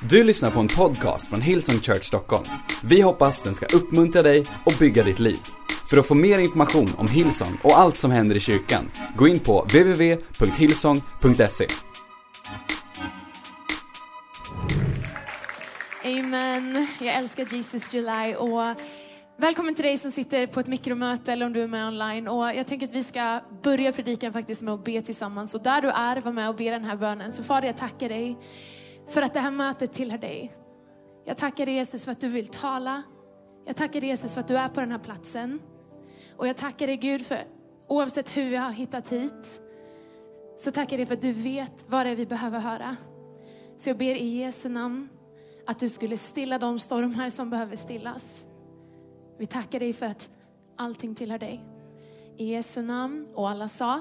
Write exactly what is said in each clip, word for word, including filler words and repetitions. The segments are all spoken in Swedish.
Du lyssnar på en podcast från Hillsong Church Stockholm. Vi hoppas den ska uppmuntra dig och bygga ditt liv. För att få mer information om Hillsong och allt som händer i kyrkan, gå in på w w w punkt hillsong punkt se. Amen. Jag älskar Jesus July och välkommen till dig som sitter på ett mikromöte eller om du är med online. Och jag tänker att vi ska börja predikan faktiskt med att be tillsammans. Och där du är, var med och be den här bönen. Så Fader, jag tackar dig för att det här mötet tillhör dig. Jag tackar dig Jesus för att du vill tala. Jag tackar dig Jesus för att du är på den här platsen. Och jag tackar dig Gud för oavsett hur vi har hittat hit. Så tackar dig för att du vet vad det är vi behöver höra. Så jag ber i Jesu namn att du skulle stilla de stormar som behöver stillas. Vi tackar dig för att allting tillhör dig. I Jesu namn. Och alla sa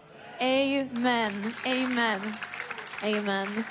Amen, Amen, Amen.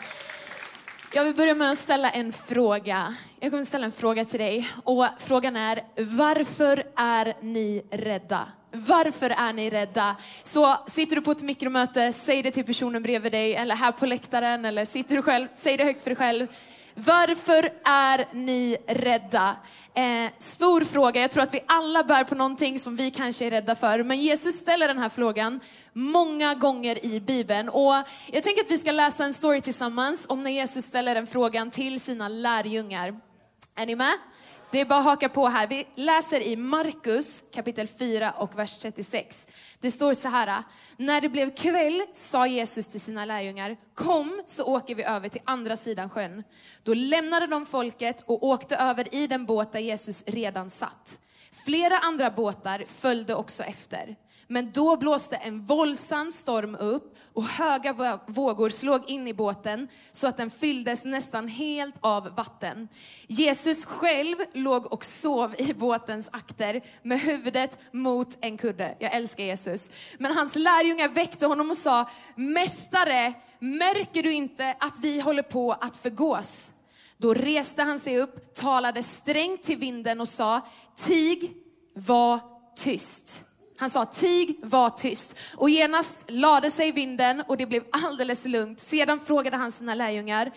Jag vill börja med att ställa en fråga. Jag kommer ställa en fråga till dig. Och frågan är, varför är ni rädda? Varför är ni rädda? Så sitter du på ett mikromöte, säg det till personen bredvid dig. Eller här på läktaren, eller sitter du själv, säg det högt för dig själv. Varför är ni rädda? Eh, stor fråga. Jag tror att vi alla bär på någonting som vi kanske är rädda för. Men Jesus ställer den här frågan många gånger i Bibeln. Och jag tänker att vi ska läsa en story tillsammans om när Jesus ställer den frågan till sina lärjungar. Är ni med? Det är bara att haka på här. Vi läser i Markus kapitel fyra och vers trettiosex. Det står så här. När det blev kväll sa Jesus till sina lärjungar, kom så åker vi över till andra sidan sjön. Då lämnade de folket och åkte över i den båt där Jesus redan satt. Flera andra båtar följde också efter. Men då blåste en våldsam storm upp och höga vågor slog in i båten så att den fylldes nästan helt av vatten. Jesus själv låg och sov i båtens akter med huvudet mot en kudde. Jag älskar Jesus. Men hans lärjungar väckte honom och sa, Mästare, märker du inte att vi håller på att förgås? Då reste han sig upp, talade strängt till vinden och sa, tig, var tyst. Han sa, tig, var tyst. Och genast lade sig vinden och det blev alldeles lugnt. Sedan frågade han sina lärjungar,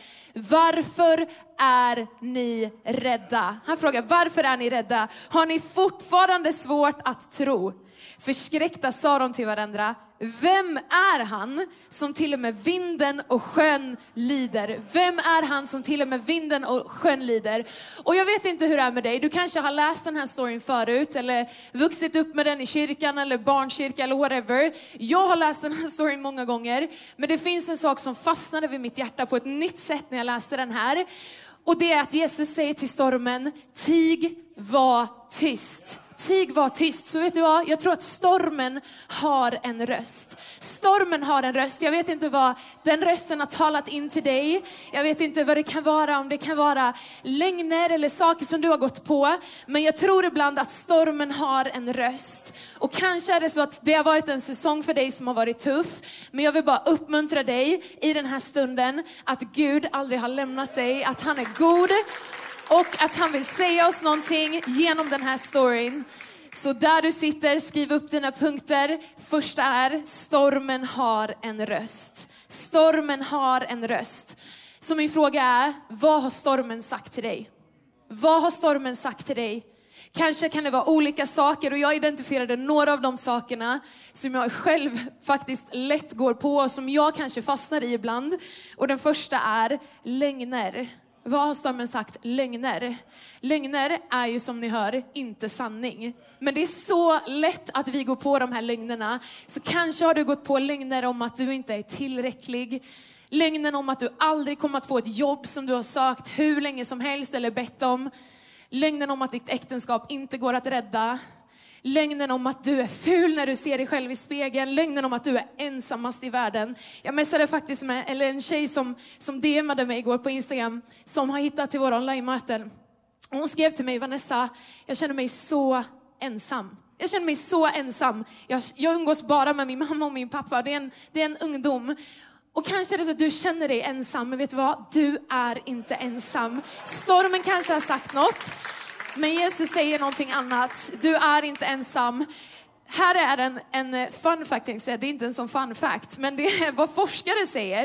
varför är ni rädda? Han frågade, varför är ni rädda? Har ni fortfarande svårt att tro? Förskräckta sa de till varandra, vem är han som till och med vinden och sjön lider? Vem är han som till och med vinden och sjön lider? Och jag vet inte hur det är med dig. Du kanske har läst den här storyn förut eller vuxit upp med den i kyrkan eller barnkyrka eller whatever. Jag har läst den här storyn många gånger. Men det finns en sak som fastnade vid mitt hjärta på ett nytt sätt när jag läste den här. Och det är att Jesus säger till stormen, tig, var tyst. Tig, var tyst. Så vet du vad? Jag tror att stormen har en röst. Stormen har en röst. Jag vet inte vad den rösten har talat in till dig. Jag vet inte vad det kan vara. Om det kan vara lögner eller saker som du har gått på. Men jag tror ibland att stormen har en röst. Och kanske är det så att det har varit en säsong för dig som har varit tuff. Men jag vill bara uppmuntra dig i den här stunden. Att Gud aldrig har lämnat dig. Att han är god. Och att han vill säga oss någonting genom den här storyn. Så där du sitter, skriv upp dina punkter. Första är, stormen har en röst. Stormen har en röst. Så min fråga är, vad har stormen sagt till dig? Vad har stormen sagt till dig? Kanske kan det vara olika saker och jag identifierade några av de sakerna som jag själv faktiskt lätt går på och som jag kanske fastnar i ibland. Och den första är lögner. Vad har stormen sagt? Lögner. Lögner är ju som ni hör inte sanning. Men det är så lätt att vi går på de här lögnerna. Så kanske har du gått på lögner om att du inte är tillräcklig. Lögnen om att du aldrig kommer att få ett jobb som du har sökt hur länge som helst eller bett om. Lögnen om att ditt äktenskap inte går att rädda. Lögnen om att du är ful när du ser dig själv i spegeln. Lögnen om att du är ensammast i världen. Jag messade faktiskt med eller en tjej som, som D M:ade mig igår på Instagram. Som har hittat till våra online-möten. Hon skrev till mig, Vanessa, jag känner mig så ensam. Jag känner mig så ensam. Jag, jag umgås bara med min mamma och min pappa. Det är en, det är en ungdom. Och kanske är det så att du känner dig ensam. Men vet du vad? Du är inte ensam. Stormen kanske har sagt något. Men Jesus säger någonting annat. Du är inte ensam. Här är en, en fun fact. Det är inte en sån fun fact. Men det är vad forskare säger.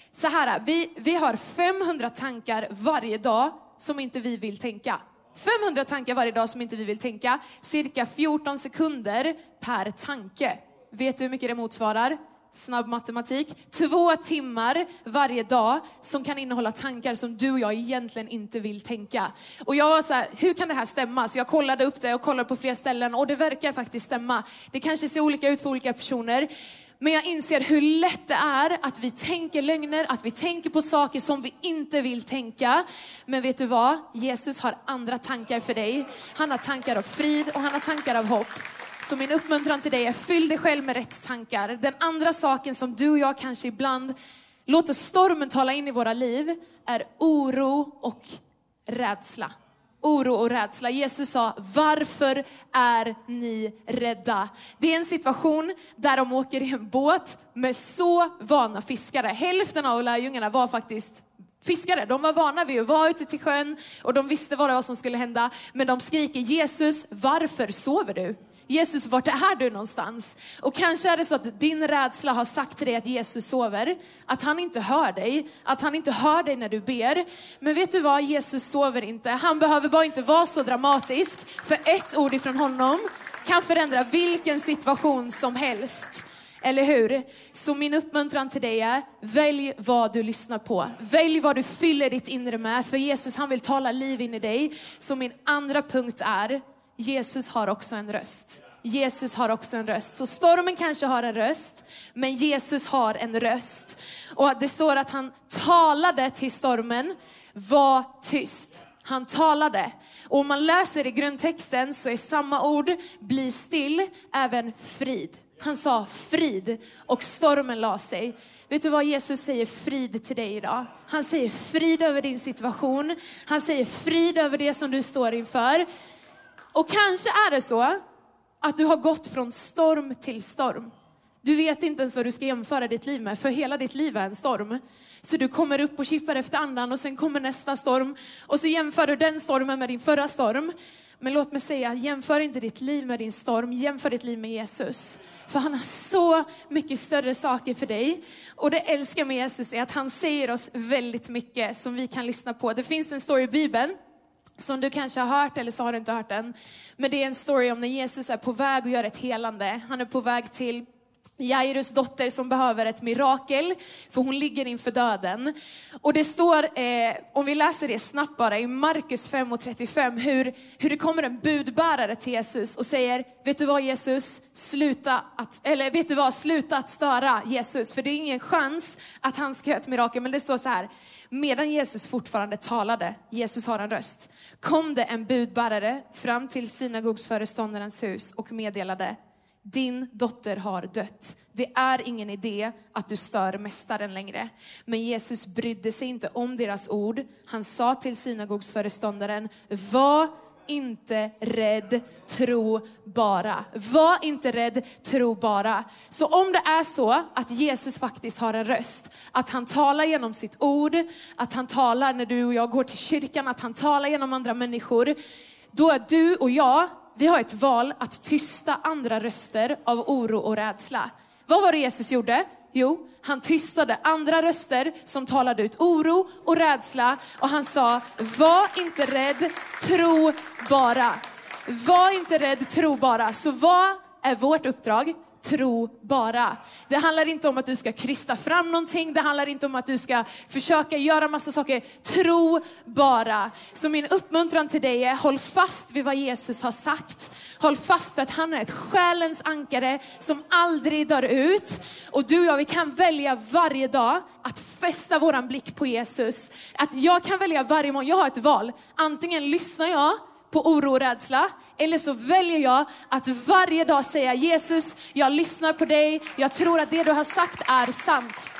Så här, vi, vi har femhundra tankar varje dag som inte vi vill tänka. femhundra tankar varje dag som inte vi vill tänka. Cirka fjorton sekunder per tanke. Vet du hur mycket det motsvarar? Snabb matematik. Två timmar varje dag som kan innehålla tankar som du och jag egentligen inte vill tänka. Och jag var så här, hur kan det här stämma? Så jag kollade upp det och kollade på fler ställen och det verkar faktiskt stämma. Det kanske ser olika ut för olika personer. Men jag inser hur lätt det är att vi tänker lögner, att vi tänker på saker som vi inte vill tänka. Men vet du vad? Jesus har andra tankar för dig. Han har tankar av frid och han har tankar av hopp. Så min uppmuntran till dig är, fyll dig själv med rätt tankar. Den andra saken som du och jag kanske ibland låter stormen tala in i våra liv är oro och rädsla. Oro och rädsla. Jesus sa, varför är ni rädda? Det är en situation där de åker i en båt med så vana fiskare. Hälften av lärjungarna var faktiskt fiskare. De var vana vid att vara ute till sjön och de visste vad det var som skulle hända. Men de skriker, Jesus, varför sover du? Jesus, vart är du någonstans? Och kanske är det så att din rädsla har sagt till dig att Jesus sover. Att han inte hör dig. Att han inte hör dig när du ber. Men vet du vad? Jesus sover inte. Han behöver bara inte vara så dramatisk. För ett ord ifrån honom kan förändra vilken situation som helst. Eller hur? Så min uppmuntran till dig är, välj vad du lyssnar på. Välj vad du fyller ditt inre med. För Jesus, han vill tala liv in i dig. Så min andra punkt är, Jesus har också en röst. Jesus har också en röst. Så stormen kanske har en röst, men Jesus har en röst. Och det står att han talade till stormen, var tyst. Han talade. Och om man läser i grundtexten så är samma ord, bli still, även frid. Han sa frid och stormen la sig. Vet du vad Jesus säger frid till dig idag? Han säger frid över din situation. Han säger frid över det som du står inför. Och kanske är det så att du har gått från storm till storm. Du vet inte ens vad du ska jämföra ditt liv med, för hela ditt liv är en storm. Så du kommer upp och kippar efter andan och sen kommer nästa storm. Och så jämför du den stormen med din förra storm. Men låt mig säga, jämför inte ditt liv med din storm, jämför ditt liv med Jesus. För han har så mycket större saker för dig. Och det älskar med Jesus är att han säger oss väldigt mycket som vi kan lyssna på. Det finns en story i Bibeln som du kanske har hört eller så har du inte hört den. Men det är en story om när Jesus är på väg att göra ett helande. Han är på väg till Jairus dotter som behöver ett mirakel, för hon ligger inför döden. Och det står, eh, om vi läser det snabbt bara, i Markus fem och trettiofem, hur, hur det kommer en budbärare till Jesus och säger, vet du vad Jesus, sluta att, eller vet du vad, sluta att störa Jesus, för det är ingen chans att han ska göra ett mirakel. Men det står så här, medan Jesus fortfarande talade, Jesus har en röst, kom det en budbärare fram till synagogsföreståndarens hus och meddelade, din dotter har dött. Det är ingen idé att du stör mästaren längre. Men Jesus brydde sig inte om deras ord. Han sa till synagogsföreståndaren, var inte rädd, tro bara. Var inte rädd, tro bara. Så om det är så att Jesus faktiskt har en röst, att han talar genom sitt ord, att han talar när du och jag går till kyrkan, att han talar genom andra människor, då är du och jag, vi har ett val att tysta andra röster av oro och rädsla. Vad var det Jesus gjorde? Jo, han tystade andra röster som talade ut oro och rädsla. Och han sa, var inte rädd, tro bara. Var inte rädd, tro bara. Så vad är vårt uppdrag? Tro bara. Det handlar inte om att du ska krysta fram någonting. Det handlar inte om att du ska försöka göra massa saker. Tro bara. Så min uppmuntran till dig är, håll fast vid vad Jesus har sagt. Håll fast vid att han är ett själens ankare som aldrig dör ut. Och du och jag, vi kan välja varje dag att fästa våran blick på Jesus. Att jag kan välja varje morgon. Jag har ett val. Antingen lyssnar jag på oro och rädsla, eller så väljer jag att varje dag säga, Jesus, jag lyssnar på dig, jag tror att det du har sagt är sant.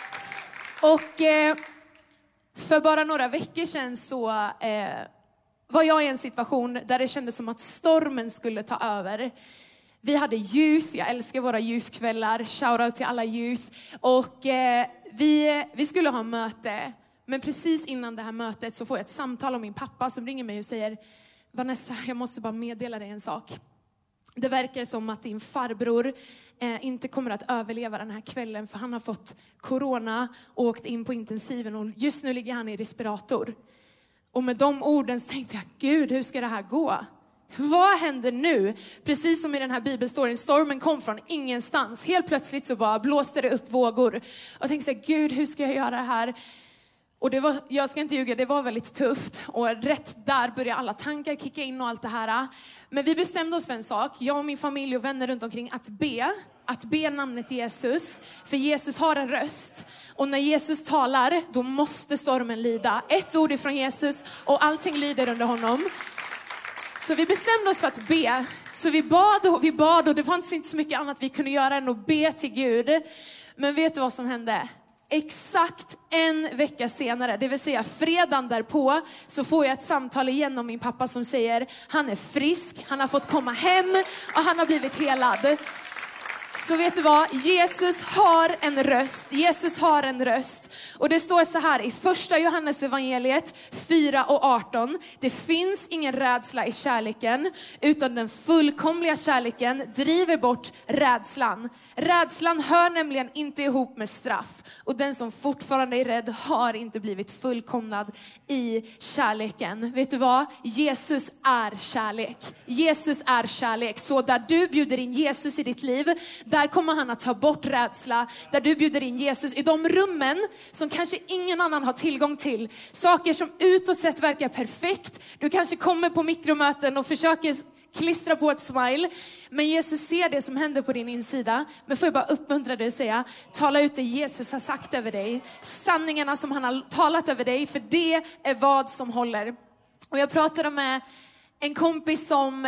Och eh, för bara några veckor sedan så eh, var jag i en situation där det kändes som att stormen skulle ta över. Vi hade youth, jag älskar våra youthkvällar, shoutout till alla youth. Och eh, vi, vi skulle ha möte, men precis innan det här mötet så får jag ett samtal av min pappa som ringer mig och säger, Vanessa, jag måste bara meddela dig en sak. det verkar som att din farbror eh, inte kommer att överleva den här kvällen, för han har fått corona och åkt in på intensiven och just nu ligger han i respirator. Och med de orden så tänkte jag, Gud, hur ska det här gå? Vad händer nu? Precis som i den här bibelstoryn, stormen kom från ingenstans. Helt plötsligt så bara blåste det upp vågor. Och jag tänkte så här, Gud, hur ska jag göra det här? Och det var, jag ska inte ljuga, det var väldigt tufft. Och rätt där började alla tankar kicka in och allt det här. Men vi bestämde oss för en sak, jag och min familj och vänner runt omkring, att be. Att be namnet Jesus. För Jesus har en röst. Och när Jesus talar, då måste stormen lida. Ett ord ifrån Jesus och allting lyder under honom. Så vi bestämde oss för att be. Så vi bad och vi bad och det fanns inte så mycket annat vi kunde göra än att be till Gud. Men vet du vad som hände? Exakt en vecka senare, det vill säga fredagen därpå, så får jag ett samtal igen om min pappa som säger, han är frisk, han har fått komma hem och han har blivit helad. Så vet du vad? Jesus har en röst. Jesus har en röst. Och det står så här i första Johannes evangeliet fyra och arton. Det finns ingen rädsla i kärleken, utan den fullkomliga kärleken driver bort rädslan. Rädslan hör nämligen inte ihop med straff. Och den som fortfarande är rädd har inte blivit fullkomnad i kärleken. Vet du vad? Jesus är kärlek. Jesus är kärlek. Så där du bjuder in Jesus i ditt liv, där kommer han att ta bort rädsla. Där du bjuder in Jesus i de rummen som kanske ingen annan har tillgång till. Saker som utåt sett verkar perfekt. Du kanske kommer på mikromöten och försöker klistra på ett smile. Men Jesus ser det som händer på din insida. Men får jag bara uppmuntra dig och säga, tala ut det Jesus har sagt över dig. Sanningarna som han har talat över dig. För det är vad som håller. Och jag pratade med en kompis som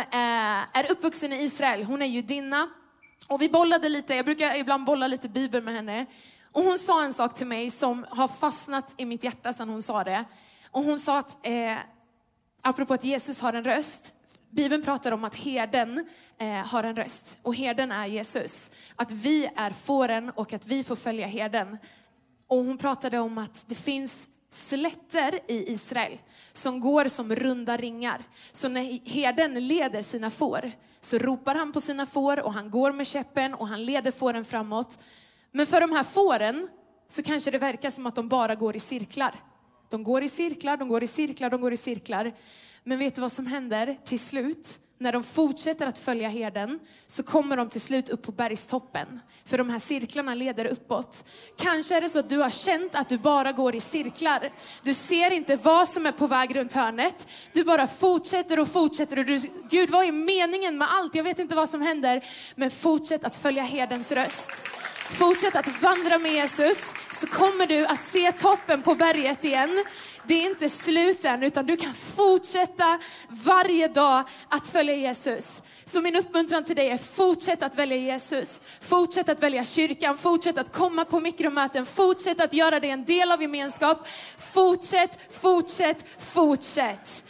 är uppvuxen i Israel. Hon är judinna. Och vi bollade lite, jag brukar ibland bolla lite bibel med henne. Och hon sa en sak till mig som har fastnat i mitt hjärta sedan hon sa det. Och hon sa att, eh, apropå att Jesus har en röst. Bibeln pratar om att herden eh, har en röst. Och herden är Jesus. Att vi är fåren och att vi får följa herden. Och hon pratade om att det finns slätter i Israel som går som runda ringar. Så när herden leder sina får, så ropar han på sina får och han går med käppen och han leder fåren framåt. Men för de här fåren så kanske det verkar som att de bara går i cirklar. De går i cirklar, de går i cirklar, de går i cirklar. Men vet du vad som händer till slut? När de fortsätter att följa herden så kommer de till slut upp på bergstoppen. För de här cirklarna leder uppåt. Kanske är det så att du har känt att du bara går i cirklar. Du ser inte vad som är på väg runt hörnet. Du bara fortsätter och fortsätter. Och du, Gud, vad är meningen med allt? Jag vet inte vad som händer. Men fortsätt att följa herdens röst. Fortsätt att vandra med Jesus, så kommer du att se toppen på berget igen. Det är inte sluten, utan du kan fortsätta varje dag att följa Jesus. Så min uppmuntran till dig är, fortsätt att välja Jesus. Fortsätt att välja kyrkan. Fortsätt att komma på mikromöten. Fortsätt att göra det en del av gemenskap. Fortsätt, fortsätt, fortsätt.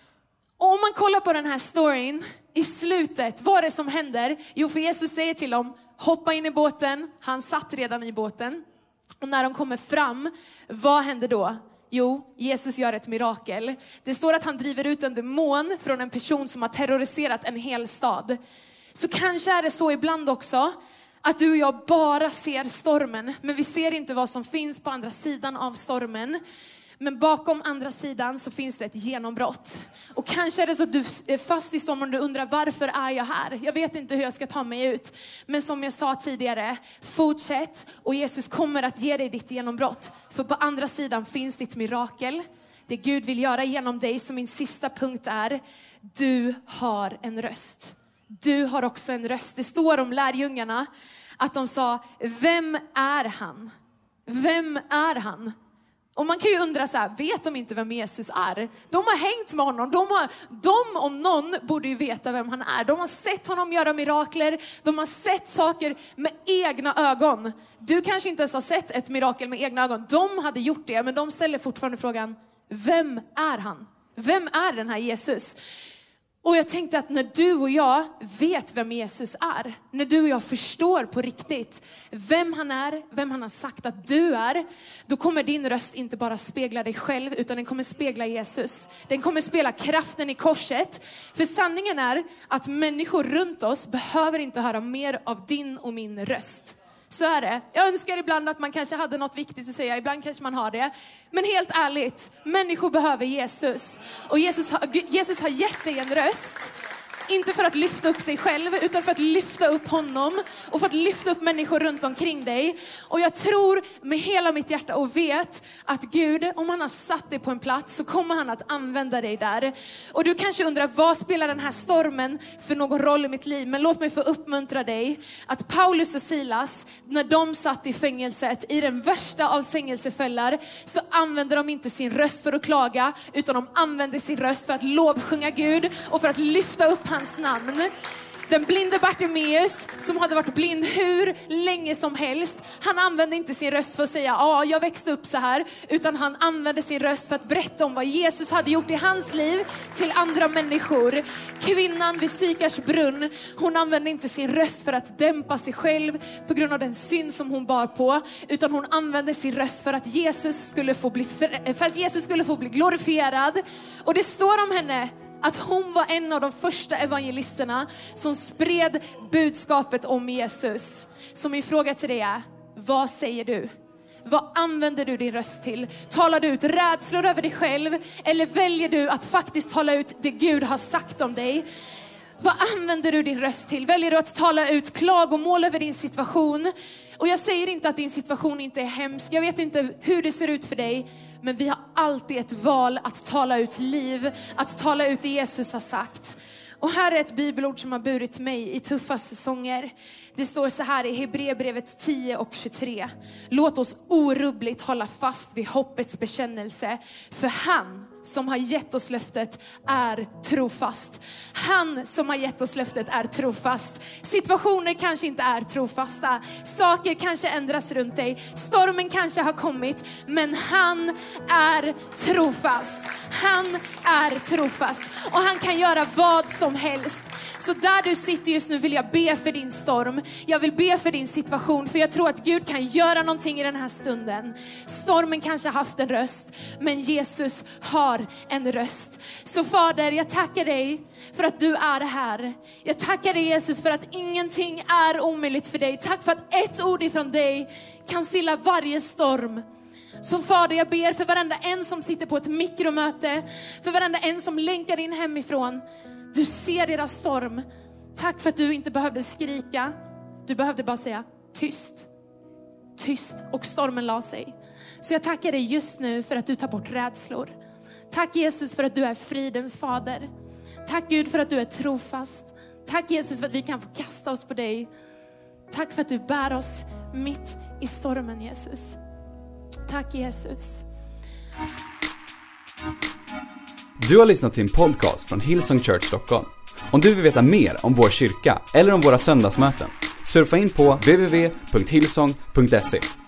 Och om man kollar på den här storyn i slutet, vad är det som händer? Jo, för Jesus säger till dem, hoppa in i båten. Han satt redan i båten. Och när de kommer fram, vad händer då? Jo, Jesus gör ett mirakel. Det står att han driver ut en demon från en person som har terroriserat en hel stad. Så kanske är det så ibland också att du och jag bara ser stormen. Men vi ser inte vad som finns på andra sidan av stormen. Men bakom andra sidan så finns det ett genombrott. Och kanske är det så att du är fast i stormen och du undrar, varför är jag här? Jag vet inte hur jag ska ta mig ut. Men som jag sa tidigare, fortsätt och Jesus kommer att ge dig ditt genombrott. För på andra sidan finns ditt mirakel. Det Gud vill göra genom dig. Så min sista punkt är, du har en röst. Du har också en röst. Det står om lärjungarna att de sa, vem är han? Vem är han? Och man kan ju undra så här, vet de inte vem Jesus är? De har hängt med honom. De, har, de om någon borde ju veta vem han är. De har sett honom göra mirakler. De har sett saker med egna ögon. Du kanske inte ens har sett ett mirakel med egna ögon. De hade gjort det, men de ställer fortfarande frågan, vem är han? Vem är den här Jesus? Och jag tänkte att när du och jag vet vem Jesus är, när du och jag förstår på riktigt vem han är, vem han har sagt att du är, då kommer din röst inte bara spegla dig själv, utan den kommer spegla Jesus. Den kommer spegla kraften i korset. För sanningen är att människor runt oss behöver inte höra mer av din och min röst. Så är det. Jag önskar ibland att man kanske hade något viktigt att säga. Ibland kanske man har det. Men helt ärligt, människor behöver Jesus. Och Jesus har, Jesus har gett dig en röst. Inte för att lyfta upp dig själv, utan för att lyfta upp honom. Och för att lyfta upp människor runt omkring dig. Och jag tror med hela mitt hjärta och vet att Gud, om han har satt dig på en plats, så kommer han att använda dig där. Och du kanske undrar, vad spelar den här stormen för någon roll i mitt liv? Men låt mig få uppmuntra dig att Paulus och Silas, när de satt i fängelset, i den värsta av fängelsefällar, så använde de inte sin röst för att klaga, utan de använde sin röst för att lovsjunga Gud och för att lyfta upp hans namn. Den blinde Bartimeus, som hade varit blind hur länge som helst, han använde inte sin röst för att säga, ja, jag växte upp så här, utan han använde sin röst för att berätta om vad Jesus hade gjort i hans liv till andra människor. Kvinnan vid Sykars brunn, hon använde inte sin röst för att dämpa sig själv på grund av den synd som hon bar på, utan hon använde sin röst för att Jesus skulle få bli, för att Jesus skulle få bli glorifierad. Och det står om henne att hon var en av de första evangelisterna som spred budskapet om Jesus. Så min fråga till dig är, vad säger du? Vad använder du din röst till? Talar du ut rädslor över dig själv? Eller väljer du att faktiskt tala ut det Gud har sagt om dig? Vad använder du din röst till? Väljer du att tala ut klagomål över din situation? Och jag säger inte att din situation inte är hemsk. Jag vet inte hur det ser ut för dig. Men vi har alltid ett val att tala ut liv. Att tala ut det Jesus har sagt. Och här är ett bibelord som har burit mig i tuffa säsonger. Det står så här i Hebreerbrevet tio och tjugotre. Låt oss orubbligt hålla fast vid hoppets bekännelse. För han som har gett oss löftet är trofast. Han som har gett oss löftet är trofast. Situationer kanske inte är trofasta. Saker kanske ändras runt dig. Stormen kanske har kommit. Men han är trofast. Han är trofast. Och han kan göra vad som helst. Så där du sitter just nu vill jag be för din storm. Jag vill be för din situation. För jag tror att Gud kan göra någonting i den här stunden. Stormen kanske har haft en röst. Men Jesus har en röst. Så Fader, jag tackar dig för att du är här. Jag tackar dig Jesus för att ingenting är omöjligt för dig. Tack för att ett ord ifrån dig kan stilla varje storm. Så Fader, jag ber för varenda en som sitter på ett mikromöte. För varenda en som länkar in hemifrån. Du ser deras storm. Tack för att du inte behövde skrika. Du behövde bara säga tyst. Tyst. Och stormen la sig. Så jag tackar dig just nu för att du tar bort rädslor. Tack Jesus för att du är fridens fader. Tack Gud för att du är trofast. Tack Jesus för att vi kan få kasta oss på dig. Tack för att du bär oss mitt i stormen, Jesus. Tack Jesus. Du har lyssnat till en podcast från Hillsong Church Stockholm. Om du vill veta mer om vår kyrka eller om våra söndagsmöten, surfa in på w w w punkt hillsong punkt se.